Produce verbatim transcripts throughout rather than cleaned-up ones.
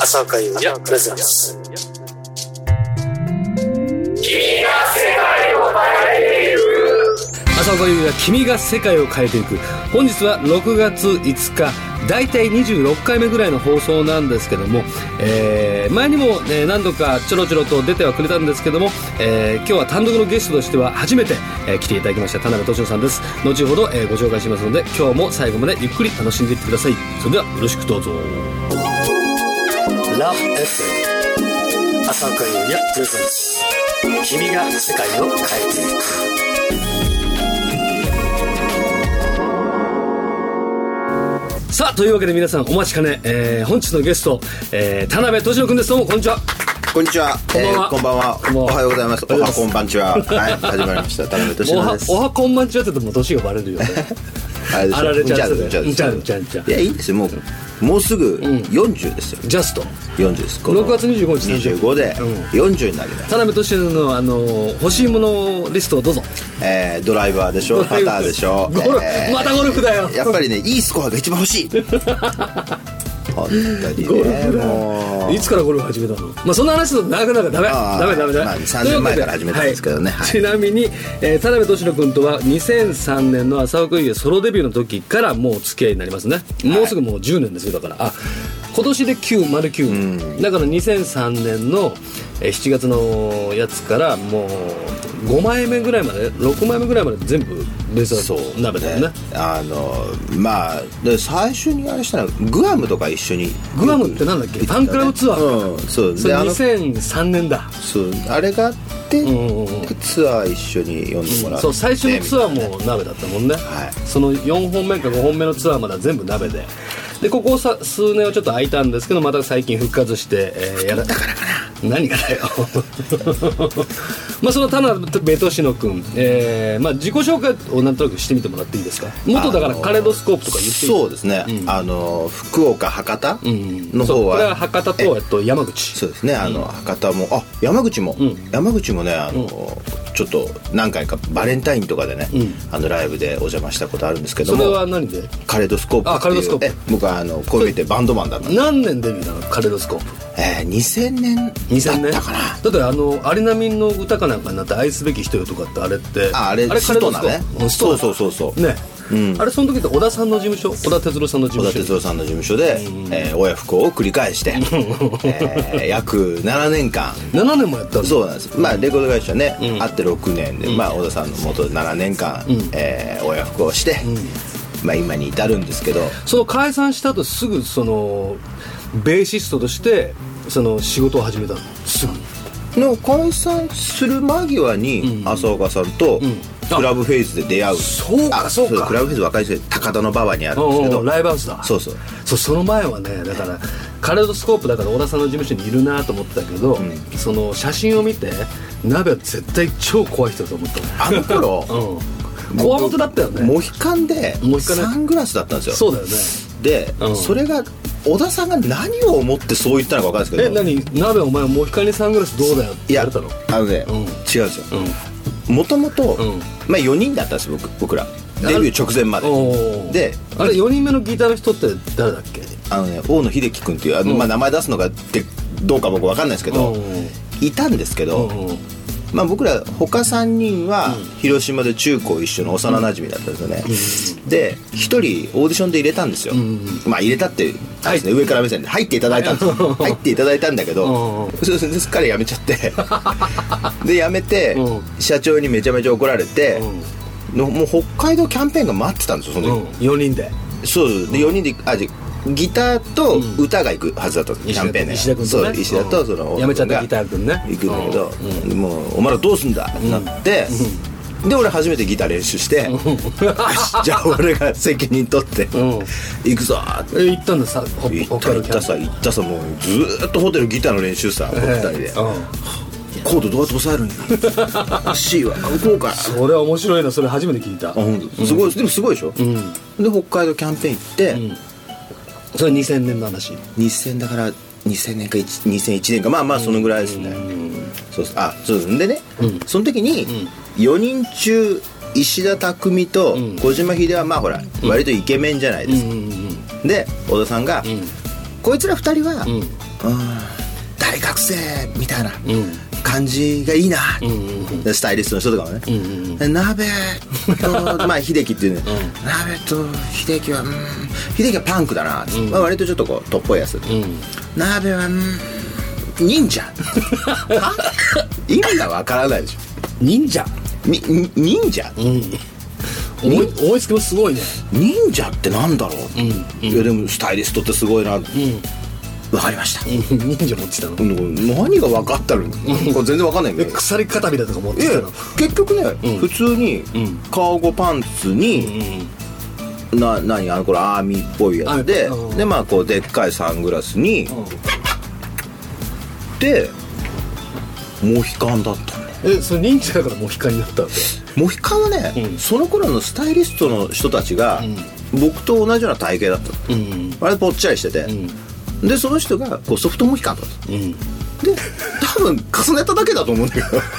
浅岡優也プレゼンツ。 浅岡優也、君が世界を変えていく。本日はろくがついつか、だいたいにじゅうろっかいめぐらいの放送なんですけども、えー、前にも、ね、何度かちょろちょろと出てはくれたんですけども、えー、今日は単独のゲストとしては初めて、えー、来ていただきました田辺俊夫さんです。後ほど、えー、ご紹介しますので、今日も最後までゆっくり楽しんでいってください。それではよろしくどうぞ。 ラブ エフエム 浅岡優也プレゼンツ。君が世界を変えていく。 さあ、というわけで皆さんお待ちかね、えー、本日のゲスト、えー、田辺俊夫くんです。どうもこんにちは。 こんにちは。 こんばんは。 えー、こんばんは。おはようございます。おはこんばんちは。はい、始まりました。田辺俊夫です。 おはこんばんちはって言っても年がバレるよね。 あれでしょ。 あられちゃう。 うんちゃう。 うんちゃう。うんちゃう。うんちゃう。 いや、いいですよ。もうもうすぐよんじゅうですよ。 ジャスト。 よんじゅうです。 ろくがつにじゅうごにちにじゅうごでよんじゅうになります。 田辺俊夫のあの欲しいものリストをどうぞ。 えー、ドライバーでしょ。パターでしょ。 ゴルフ、えー、またゴルフだよ。 やっぱりね、いいスコアが一番欲しい。本当にね、 ゴルフもういつからゴルフ始めたの？まあそんな話するとなかなかダメダメダメダメ、 まあ、さんねんまえから始めたんですけどね、 はいはい、ちなみに、えー、田辺俊夫君とはにせんさんねんの浅岡優也ソロデビューの時からもう付き合いになりますね。もうすぐもうじゅうねんですよ。だからあ今年できゅう丸きゅう、うん、だからにせんさんねんのしちがつのやつからもうごまいめぐらいまでろくまいめぐらいまで全部ベスト鍋だよね。 あのまあで最初にあれしたのはグアムとか一緒に。 グアムってなんだっけ、ファンクラブツアーか、 うん、そうそれにせんさんねんだ。 そうあれがあって、うんうん、ツアー一緒に呼んでもらって、うん、 そう最初のツアーも鍋だったもんね、はい、そのよんほんめかごほんめのツアーまでは全部鍋で、でここさ数年はちょっと空いたんですけど、また最近復活して、えー、やらだからかな何がだよまあその田辺俊夫君、えーまあ、自己紹介をなんとなくしてみてもらっていいですか。元だからカレドスコープとか言っていい？ そうですね、うん、あの福岡博多の方は、 うん、これは博多と、えっと、山口。 そうですね、あの、うん、博多もあ山口も、うん、山口もねあの、うん、ちょっと何回かバレンタインとかでね、うん、あのライブでお邪魔したことあるんですけども。 それは何で？ カレドスコープっていう。あカレドスコープ。え僕はあのこう見てバンドマンだったんです。 何年デビューなのカレドスコープ？ えー、にせんねんだったかな。 だってあのアリナミンの歌かなんかになって愛すべき人よとかってあれってああれあれカレドスコープ、ね、そうそうそうそうね、 うん、あれその時って小田さんの事務所、小田哲郎さんの事務所、 小田哲郎さんの事務所で、うんえー、親不孝を繰り返して、えー、約ななねんかんななねんもやったんそうなんです。まあレコード会社ね、うん、あってろくねんで、うんまあ、小田さんの元でななねんかん、うんえー、親不孝して、うんまあ、今に至るんですけど、 その解散した後すぐそのベーシストとしてその仕事を始めたのすぐの解散する間際に浅岡さんとクラブフェイズで出会う、うん、 そうかそうか。 クラブフェイズ若い人で高田馬場にあるんですけど、 おうおうライブハウスだ。 そうそうそうその前はねだからカレドスコープだから小田さんの事務所にいるなと思ってたけど、うん、その写真を見て鍋は絶対超怖い人だと思ったあの頃、 うん、怖元だったよね。 モヒカンでサングラスだったんですよ。 そうだよね。 で、うん、それが小田さんが何を思ってそう言ったのか分かんないですけど、 え何鍋お前モヒカンにサングラスどうだよって言われたの？ あのね、うん、違うんですよ。もともとまあよにんだったんですよ 僕, 僕らデビュー直前までで、 あれよにんめのギターの人って誰だっけ？ あのね大野秀樹君っていうあの、まあ、名前出すのがでどうか僕分かんないですけどいたんですけど、まあ、僕ら他さんにんは広島で中高一緒の幼馴染だったんですよね、うん、でひとりオーディションで入れたんですよ、うん、まあ入れたってあれですね、上から目線で入っていただいたんですよ入っていただいたんだけどすっかり辞めちゃってで辞めて社長にめちゃめちゃ怒られてのもう北海道キャンペーンが待ってたんですよその時、 うん、よにんでそうでよにんであギターと歌が行くはずだったんです、うん、キャンペーンで石田君とね、 そう石田とその辞めちゃったギター君ね行くんだけど、うん、もうお前らどうすんだってなって、うん、で俺初めてギター練習して、うん、じゃあ俺が責任取って、うん、行くぞってえ行ったんださ行った行ったさ行ったさもうずっとホテルギターの練習さふたりで、えーうんコードどうやって押さえるんやC はこうか。 それは面白いな。それ初めて聞いた。あ本当すごい、うん、でもすごいでしょ、うん、で北海道キャンペーン行って、うん、 それにせんねんの話にせんだからにせんねんかにせんいちねんかまあまあそのぐらいですね、うん、そうあそうでね、うん、その時によにん中石田匠と小島秀はまあほら、割とイケメンじゃないですか、うん、で小田さんが、うん、こいつらふたりは、うん、 大学生みたいな感じがいいな、うんうん、スタイリストの人とかもね、うんうん、鍋とまあ秀樹っていうね、うん、鍋と秀樹はうん秀樹はパンクだな、うんまあ、割とちょっとこうとっぽいやつ、うん、鍋はうん忍者意味がわからないでしょ。 忍者に忍者、うん思い, 思いつきもすごいね。 忍者ってなんだろう、うんうん、いやでもスタイリストってすごいな、うん、分かりました、 うん、忍者持ってたの、 うん、何が分かったの、うん、これ全然分かんないんだけど鎖片びらとか持ってたの。 結局ね、うん、普通にカーゴパンツに、うん、な何あのこれアーミーっぽいやつで、うん、でまあこうでっかいサングラスに、うん、でモヒカンだったね。 えそれ忍者だからモヒカンになったわけ。 モヒカンはね、うん、その頃のスタイリストの人たちが、うん、僕と同じような体型だった、うん、あれぽっちゃりしてて、うん、でその人がこうソフトモヒカンだった、うん、で多分重ねただけだと思うんだけ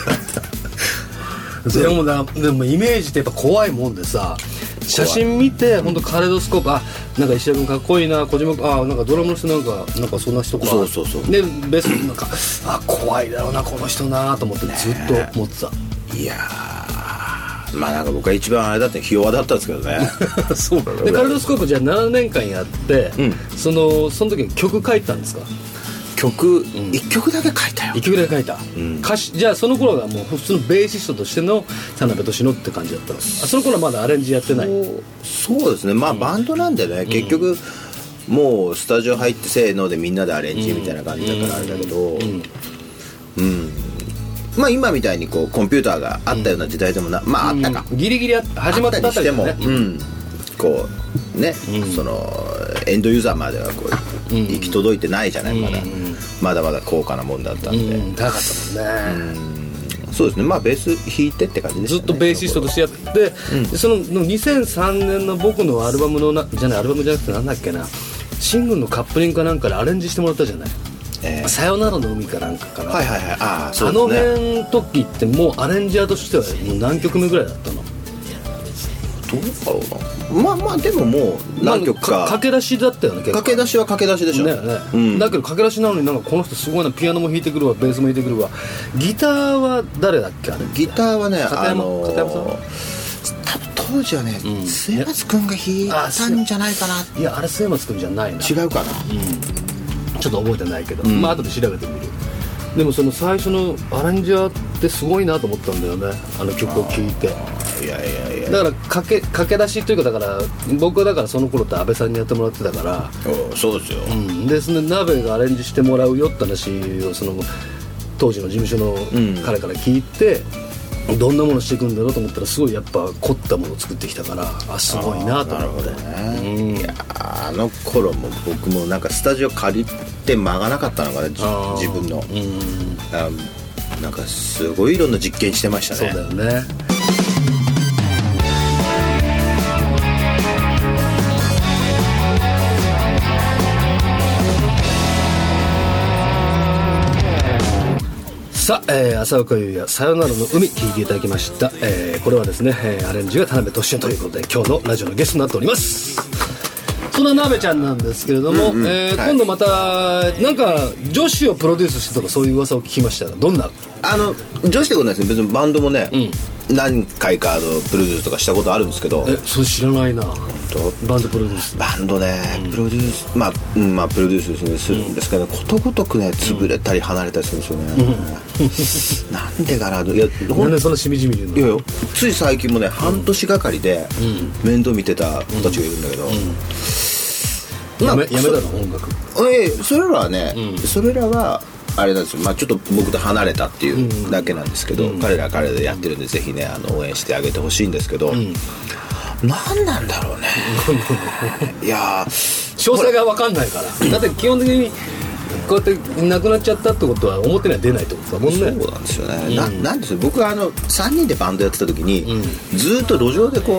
どでもなでもイメージってやっぱ怖いもんでさ、写真見て本当カレドスコープ、あなんか石田君かっこいいな、小島君あなんかドラムの人なんかなんかそんな人か、 そうそうそうでベストなんかあ怖いだろうなこの人なと思ってずっと思ってた、ね、 いやまあなんか僕は一番あれだってひ弱だったんですけどねそうだね。でカレドスコープじゃあななねんかんやって、うん、そのその時に曲書いたんですか。 曲、うん、いっきょくだけ書いたよ。 いっきょくだけ書いた、うん、歌詞じゃあその頃がもう普通のベーシストとしての田辺俊乃って感じだったの。あその頃はまだアレンジやってない。 そう、そうですねまあ、うん、バンドなんでね、うん、結局もうスタジオ入ってせーのでみんなでアレンジみたいな感じだからあれだけど、うん、うんうんまあ今みたいにこうコンピューターがあったような時代でもな、うん、まああったか、 うん、ギリギリ始まったあたりでも、ね、 うん、こうね、うん、そのエンドユーザーまではこう、うん、行き届いてないじゃない、まだ、うん、まだまだ高価なもんだったんで、 うん、高かったもんね、 うん、そうですねまあベース弾いてって感じでしたね。 ずっとベーシストとしてやって、うん、でそのにせんさんねんの僕のアルバムのなじゃないアルバムじゃなくてなんだっけなシングルのカップリングかなんかでアレンジしてもらったじゃない、えー、さよならの海かなんかかな、 はいはいはい、あ, そうですね、あの辺の時ってもうアレンジャーとしてはもう何曲目ぐらいだったの。 どうだろうな、まあまあでももう何曲か駆け出しだったよね。 駆け出しは駆け出しでしょ、 ねね、うん、だけど駆け出しなのになんかこの人すごいな、ピアノも弾いてくるわベースも弾いてくるわ。ギターは誰だっけあれ。 ギターはね片山、あのー、片山さん多分当時はね、うん、末松くんが弾いたんじゃないかな。 いやあれ末松くんじゃないな。 違うかな、 うん、ちょっと覚えてないけど、うん、まあ後で調べてみる。でもその最初のアレンジャーってすごいなと思ったんだよね、あの曲を聴いて。 いやいやいやだから駆け、駆け出しというかだから僕はだからその頃って安倍さんにやってもらってたから。 そうですよ、 うん、でその鍋がアレンジしてもらうよって話をその当時の事務所の彼から聞いて、うん、どんなものしていくんだろうと思ったらすごいやっぱ凝ったものを作ってきたから、あすごいなと思って。 ね、うん、いやあの頃も僕もなんかスタジオ借りて間がなかったのかな自分の、うん、あなんかすごいいろんな実験してましたね。 そうだよね。さあ、えー、浅岡優也さよならの海聴いていただきました、えー、これはですね、えー、アレンジが田辺俊也ということで今日のラジオのゲストになっております。そんな鍋ちゃんなんですけれども、うんうんえーはい、今度またなんか女子をプロデュースしてとかそういう噂を聞きましたが、どんなあの女子ってことないですね。別にバンドもね、うん、何回かあのプロデュースとかしたことあるんですけど。 えそれ知らないな。バンドプロデュースバンドね、うん、プロデュースまあ、うん、まあプロデュースですねするんですけど、うん、ことごとくね潰れたり離れたりするんですよね、うん、なんでかな。いやなんでそんなしみじみ言うの。 いやいやつい最近もね、うん、半年がかりで面倒見てた子たちがいるんだけど、 うんうん、やめやめたの音楽。 えそれらはね、うん、それらはあれなんですよ、まあ、ちょっと僕と離れたっていうだけなんですけど、うん、彼らは彼らでやってるんでぜひねあの応援してあげてほしいんですけど、うん、何なんだろうねいや詳細が分かんないからだって基本的にこうやって亡くなっちゃったってことは表には出ないってことだもんね。 そうなんですよね、うん、な, なんですよ僕はあのさんにんでバンドやってた時に、うん、ずっと路上でこう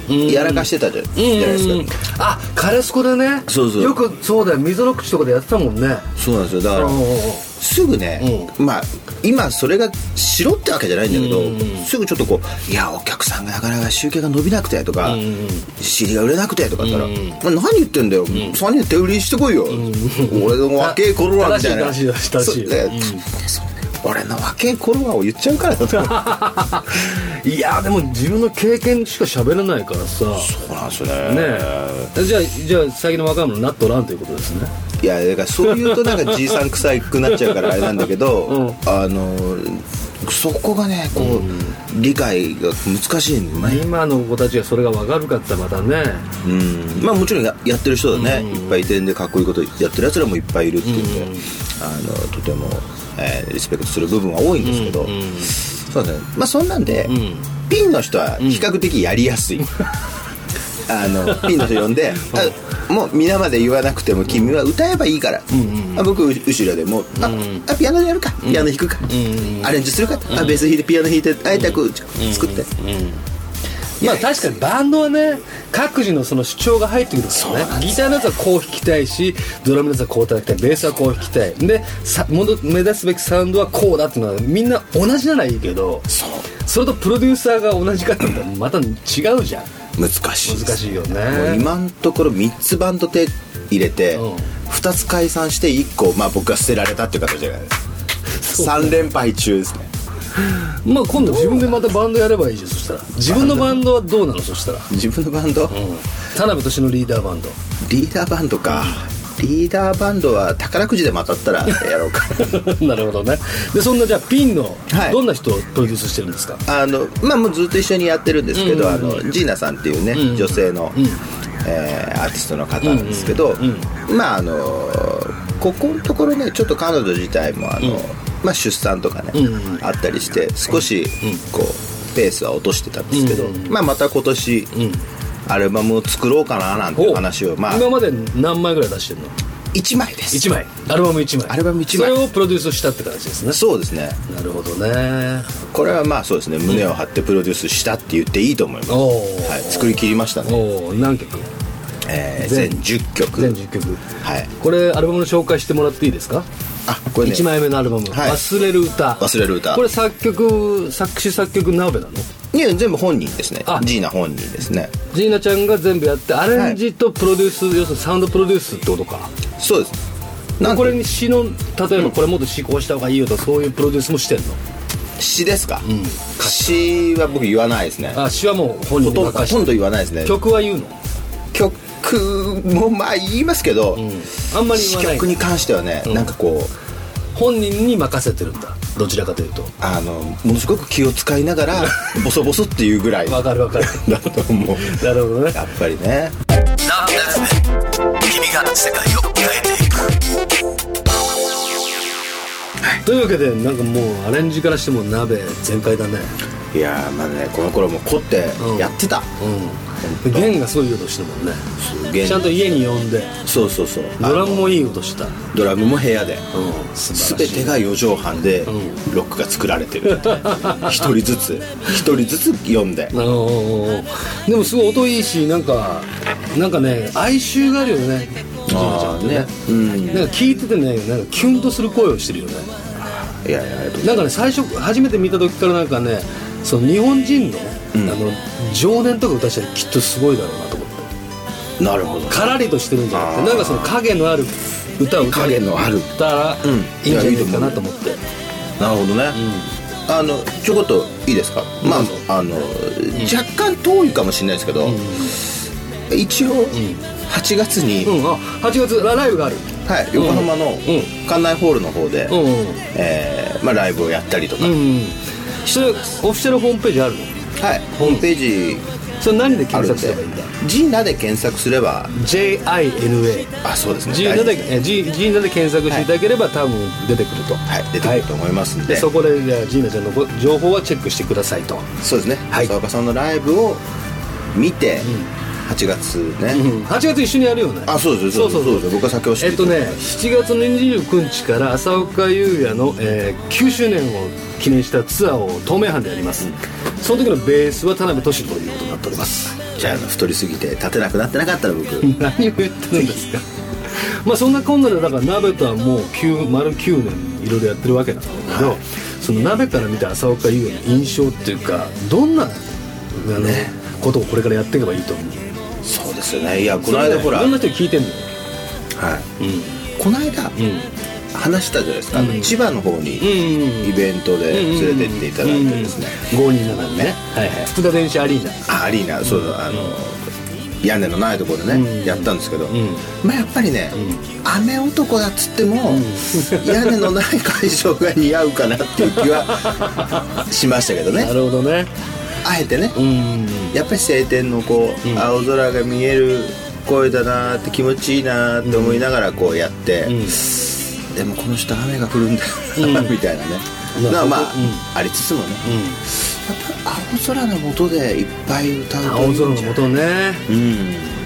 やらかしてたじゃないですか。 あ、カレスコでね。 そうそう、 よくそうだよ、溝の口とかでやってたもんね。 そうなんですよ。だからすぐね、まあ今それがしろってわけじゃないんだけど、すぐちょっとこう、いやお客さんがなかなか集計が伸びなくてとか、シーディーが売れなくてとか言ったら、まあ、何言ってんだよ、さんにんで手売りしてこいよ、俺の若え頃はみたいな、 正しい正しい正しい、 俺の若え頃はを言っちゃうからだといやでも自分の経験しか喋れないからさ。 そうなんですよね。 ねえ、じゃあじゃあ最近の若い者なっとらんということですね。 いやだからそういうとなんかじいさん臭くなっちゃうからあれなんだけど、うん、あのそこがねこう、うん、理解が難しいんだよね。 今の子たちがそれが分かるかってまたね、 うん、まあもちろん や, やってる人だね、うん、いっぱいいてんでかっこいいことやってるやつらもいっぱいいるっていうんで、うん、あのとても、えー、リスペクトする部分は多いんですけど、うんうん、そうだね、まあそんなんで、うん、ピンの人は比較的やりやすい、うんあのピンの人呼んであもう皆まで言わなくても君は歌えばいいから、うんうん、あ僕後ろでもう あ,、うん、あピアノやるかピアノ弾くか、うん、アレンジするか、うん、あベース弾いてピアノ弾いてあえたく作って、うんうんうん、 まあ確かにバンドはね各自のその主張が入ってくるからね。ギターのやつはこう弾きたいし、ドラムのやつはこう叩きたい、ベースはこう弾きたいでさ目指すべきサウンドはこうだっていうのはみんな同じならいいけど、そうそれとプロデューサーが同じかって言ったらまた違うじゃん。 難しい難しいよね。 もう今のところみっつバンド手入れて、うん、ふたつ解散していっこ、まあ、僕が捨てられたっていう形じゃないですか。さん連敗中ですね。 まあ今度自分でまたバンドやればいいじゃん。そしたら自分のバンドはどうなの？そしたら自分のバンド、うん、 田辺俊のリーダーバンドリーダーバンドか、リーダーバンドは宝くじで当たったらやろうかなるほどね。でそんなじゃあピンの、はい、どんな人をプロデュースしてるんですか？ あのまあもうずっと一緒にやってるんですけど、うんうんうん、あのジーナさんっていうね、うんうん、女性の、うんえー、アーティストの方なんですけど、うんうんうん、まああのここのところねちょっと彼女自体もあの、うんまあ、出産とかね、うんうん、あったりして少しこうペースは落としてたんですけど、うんうんまあ、また今年、うんアルバムを作ろうかななんていう話を、まあ、 今まで何枚ぐらい出してるの？ いちまいです。 いちまいアルバムいちまいアルバムいちまいそれをプロデュースしたって形ですね。 そうですね。 なるほどね。 これはまあそうですね胸を張ってプロデュースしたって言っていいと思います、うんはい、作り切りましたね。 お何曲？ えー、全じゅっきょく全じゅっきょく、 はい、 これアルバムの紹介してもらっていいですか？ あこれねいちまいめのアルバム、はい、忘れる歌忘れる歌これ作曲作詞作曲ナベなの？ いや全部本人ですね。ジーナ本人ですね。 ジーナちゃんが全部やってアレンジとプロデュース、はい、要するにサウンドプロデュースってことか。 そうですなんこれに詩の例えばこれもっと詩こうした方がいいよとそういうプロデュースもしてんの？ 詩ですか、うん、詩は僕言わないですね。 あ詩はもう本人に任せてほとんど言わないですね。 曲は言うの？ 曲もまあ言いますけど、うん、 あんまり言わない。 曲に関してはね、うん、なんかこう本人に任せてるんだ。どちらかというとあのものすごく気を使いながらボソボソっていうぐらいわかるわかるだと思うなるほどね。 やっぱりね君が世界を変えていく、 はい、というわけでなんかもうアレンジからしても鍋全開だね。 いやまあねこの頃も凝ってやってた、 うんうん、弦がすごいいい音してるもんね。ちゃんと家に呼んでそうそうそうドラムもいい音した。 ドラムも部屋で、うん、 全てがよじょうはんでロックが作られてる一人ずつ一人ずつ読んででもすごい音いいしなんかなんかね哀愁があるよね。ジーナちゃんってね、うん、なんか聞いててねなんかキュンとする声をしてるよね。 いやいやなんかね最初初めて見た時からなんかねその日本人の、うん、あの情念とか歌したらきっとすごいだろうなと思って。なるほど。からりとしてるんじゃなくてなんかその影のある歌を歌影のあるったらいいんじゃないかなと思って、うん、 なるほどね、うん、あのちょこっといいですか、うん、まああの、うん、若干遠いかもしれないですけど、うん、一応、うん、はちがつに、 うん、あはちがつライブがある。 はい、横浜の館内ホールの方で、うんうんえーまあ、ライブをやったりとか、うんうん、 それオフィシャルホームページあるの？ はい、ホームページそれ何で検索すればいいんだ？ ジーナで検索すればジェイアイエヌエーあそうですねジーナでジーナで検索していただければ、はい、多分出てくるとはい出てくると思いますんで、 はい、でそこでじゃあジーナちゃんの情報はチェックしてくださいと。 そうですね浅岡さんのライブを見て、うんはちがつね、 うん、はちがつ一緒にやるよね。 あそうですそうそうそうそう僕は先を知ってえっとねしちがつのにじゅうくにちから浅岡優也の、えー、きゅうしゅうねんを記念したツアーを東名阪でやります、うん、その時のベースは田辺俊ということになっております。 じゃあ太りすぎて立てなくなってなかったら僕何を言ってるんですかまあそんなこんなでだから鍋とはもうきゅう丸きゅうねんいろいろやってるわけなんだけど、はい、その鍋から見た浅岡優也の印象っていうかどんなあの、ね、ことをこれからやっていけばいいと思う。 そうですよね。いやこの間ほらいろんな人に聞いてんのよ。 はい、うん、この間、うん、話したじゃないですか、うん、千葉の方にイベントで連れてっていただいてですね、 ごにんななね、はいはい、福田電子アリーナあアリーナ、そうだ、あの屋根のないところでね、うん、やったんですけど、うん、まあやっぱりね、うん、雨男だっつっても、うん、屋根のない会場が似合うかなっていう気はしましたけどね。 なるほどね。 あえてね、うん、やっぱり晴天のこう、うん、青空が見える声だなって気持ちいいなって思いながらこうやって、うん、でもこの人雨が降るんだよ、うん、みたいなね、だからまあ、うん、ありつつもね、うん、やっぱり青空の下でいっぱい歌うといいんじゃない。 青空の下ね、うん、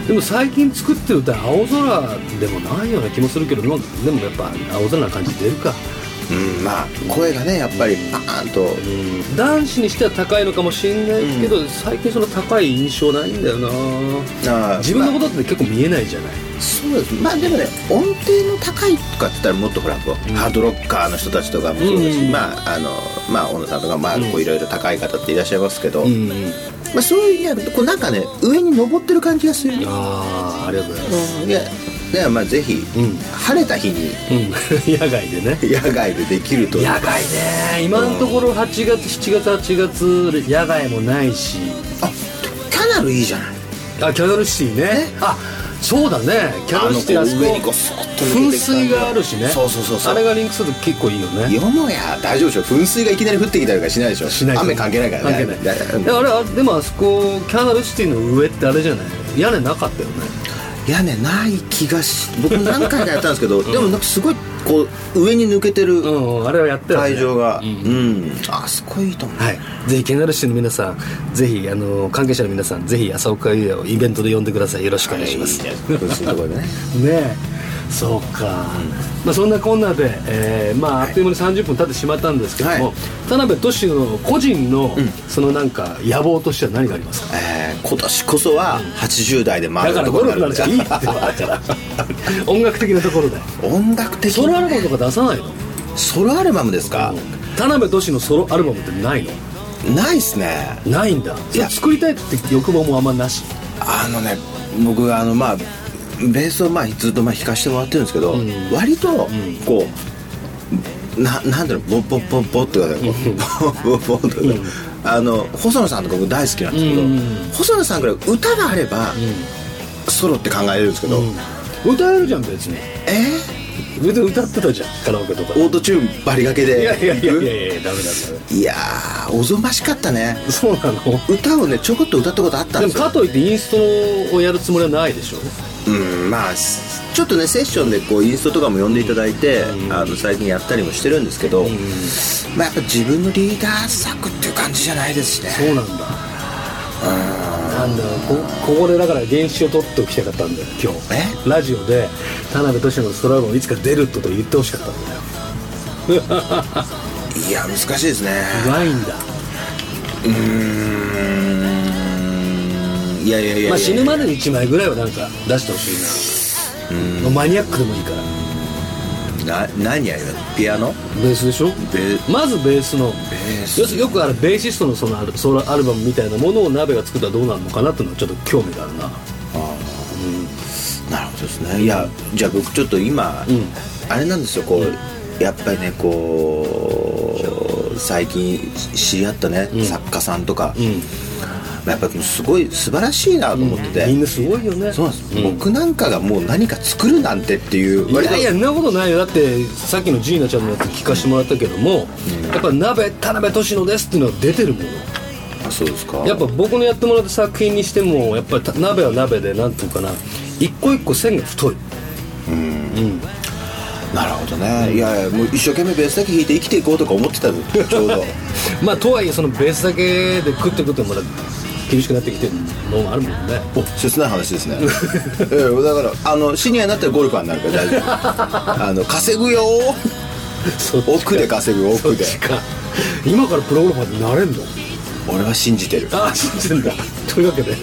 でも最近作ってる歌青空でもないような気もするけど、でもやっぱ青空な感じ出るか。 うん、まあ声がねやっぱりパーンと、うん、男子にしては高いのかもしれないけど、うん、最近その高い印象ないんだよな。あ自分のことって結構見えないじゃない、まあ、そうです。まあでもね音程の高いとかって言ったらもっとほらこう、うん、ハードロッカーの人たちとかもそうだし、うん、まああのまあ小野さんとかまあこういろいろ高い方っていらっしゃいますけど、うん、まあそういうねこうなんかね上に登ってる感じがする。 ああありがとうございます、 うん、いやではまあぜひ、うん、晴れた日に、 うん、野外でね野外でできると野外ね今のところはちがつしちがつはちがつ野外もないし、 あキャナルいいじゃない。 あキャナルシティ ね, ねあそうだねキャナルシティあそこ上にこうそっと噴水があるしね。 そうそうそうそうあれがリンクすると結構いいよね。 よもや大丈夫でしょ。噴水がいきなり降ってきたりとかしないでしょ。 しない。 雨関係ないからね。 関係ない。であれでもあそこキャナルシティの上ってあれじゃない屋根なかったよね。 屋根ない気がし僕何回かやったんですけど、うん、でもなんかすごいこう上に抜けてる、 うん、あれはやってる、ね、 会場が、 うんうん、あそこいいと思う、 はい、ぜひキャナルシティの皆さんぜひあの関係者の皆さんぜひ浅岡優也をイベントで呼んでください。よろしくお願いします。 はい、そういうところでねねえそうか、うんまあ、そんなこんなで、えーまあ、あっという間にさんじゅっぷん経ってしまったんですけども、はい、田辺俊の個人の、うん、そのなんか野望としては何がありますか。 えー、今年こそははちじゅう代で回るところになるんだからゴルフなんじゃいいってだから音楽的なところで音楽的ソロアルバムとか出さないの。 ソロアルバムですか。 田辺俊のソロアルバムってないの。 ないっすね。 ないんだ。いや作りたいって欲望もあんまなし。 あのね僕あのまあベースをまあずっとまあ弾かせてもらってるんですけど、うん、割とこう、うん、な, なんだろうボッボッボッボッとかねボッボッボッとか、うん、あの細野さんとか僕大好きなんですけど、うん、細野さんぐらい歌があれば、うん、ソロって考えれるんですけど、 うん、歌えるじゃん別に。 えー、別に歌ってたじゃんカラオケとかオートチューンバリがけで。 いやいやいやいやいやダメだダメ。 いやーおぞましかったね。 そうなの。 歌をねちょこっと歌ったことあったんですよ。 でもかといってインストをやるつもりはないでしょ。 うんまあちょっとねセッションでこうインストとかも呼んでいただいて、うん、あの最近やったりもしてるんですけど、うんまあ、やっぱ自分のリーダー作っていう感じじゃないですしね。 そうなんだ。うんなんだこここでだから原子を取っておきたかったんだよ今日。えラジオで田辺俊のストラゴンいつか出るってと言ってほしかったんだよいや難しいですね。 ないんだ。 うーんいやいやいやいや、 まあ、死ぬまでにいちまいぐらいはなんか出してほしいな。うん、マニアックでもいいからな。何やるの。ピアノベースでしょ。ベまずベースのベースよくあるベーシストのそのアルソロアルバムみたいなものを鍋が作ったらどうなるのかなっていうのはちょっと興味があるな。あ、 うん、なるほどですね。いやじゃあ僕ちょっと今、うん、あれなんですよこう、うん、やっぱりねこう最近知り合ったね、うん、作家さんとか、うんやっぱりすごい素晴らしいなと思ってて、 うん、みんなすごいよね。 そうなんです、うん、僕なんかがもう何か作るなんてっていういやいやそんなことないよ。だってさっきのジーナちゃんのやつ聞かせてもらったけども、うん、やっぱ鍋田辺俊野ですっていうのは出てるもの。 あそうですか。 やっぱ僕のやってもらった作品にしてもやっぱり鍋は鍋でなんていうかな一個一個線が太い。 うん、うんなるほどね、うん、いやいやもう一生懸命ベースだけ弾いて生きていこうとか思ってたのちょうどまあとはいえそのベースだけで食っていくとまだ厳しくなってきてるのもあるもんね。 お切ない話ですねええだからあのシニアになったらゴルファーになるから大丈夫あの稼ぐよ奥で稼ぐ奥で。今からプロゴルファーになれんの。 俺は信じてる。 ああ信じてるんだというわけで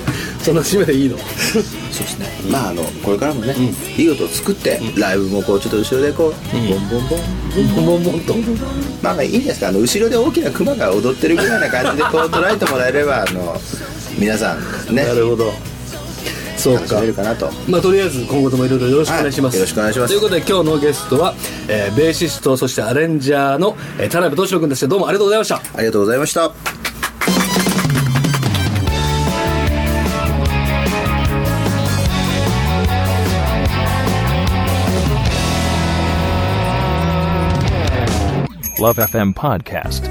そんな締めでいいのそうですね、うん、まああのこれからもね、うん、いい音を作って、うん、ライブもこうちょっと後ろでこう、うん、ボンボンボンボンボンボンとまあまあいいんですか、あの後ろで大きなクマが踊ってるぐらいな感じでこう捉えてもらえればあの皆さんね、 なるほど、そうか、 るかなと、 まあ、とりあえず今後ともいろいろよろしくお願いします、 はい、よろしくお願いします。 ということで今日のゲストは、えー、ベーシストそしてアレンジャーの、えー、田辺俊郎君でした。どうもありがとうございました。 ありがとうございました。 ラブ エフエム Podcast。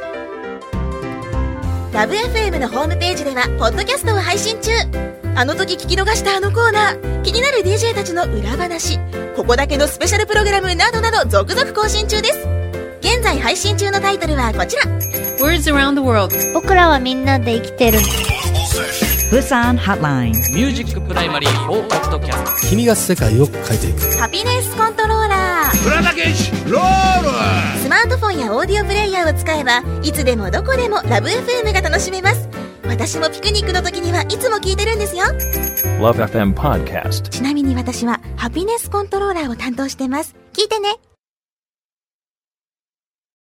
ラブ エフエム のホームページではポッドキャストを配信中。あの時聞き逃したあのコーナー、気になる ディージェー たちの裏話、ここだけのスペシャルプログラムなどなど続々更新中です。現在配信中のタイトルはこちら。 Words Around the World。 僕らはみんなで生きてる。 ブサンハッライン。 ミュージックプライマリーフォーポッドキャスト。 君が世界を変えていく。 ハピネスコントローラー。 プラダケシロール。 スマートフォンやオーディオプレイヤーを使えばいつでもどこでもラブ エフエム が楽しめます。私もピクニックの時にはいつも聞いてるんですよ。 ラブ エフエム Podcast。 ちなみに私はハピネスコントローラーを担当してます。聞いてね。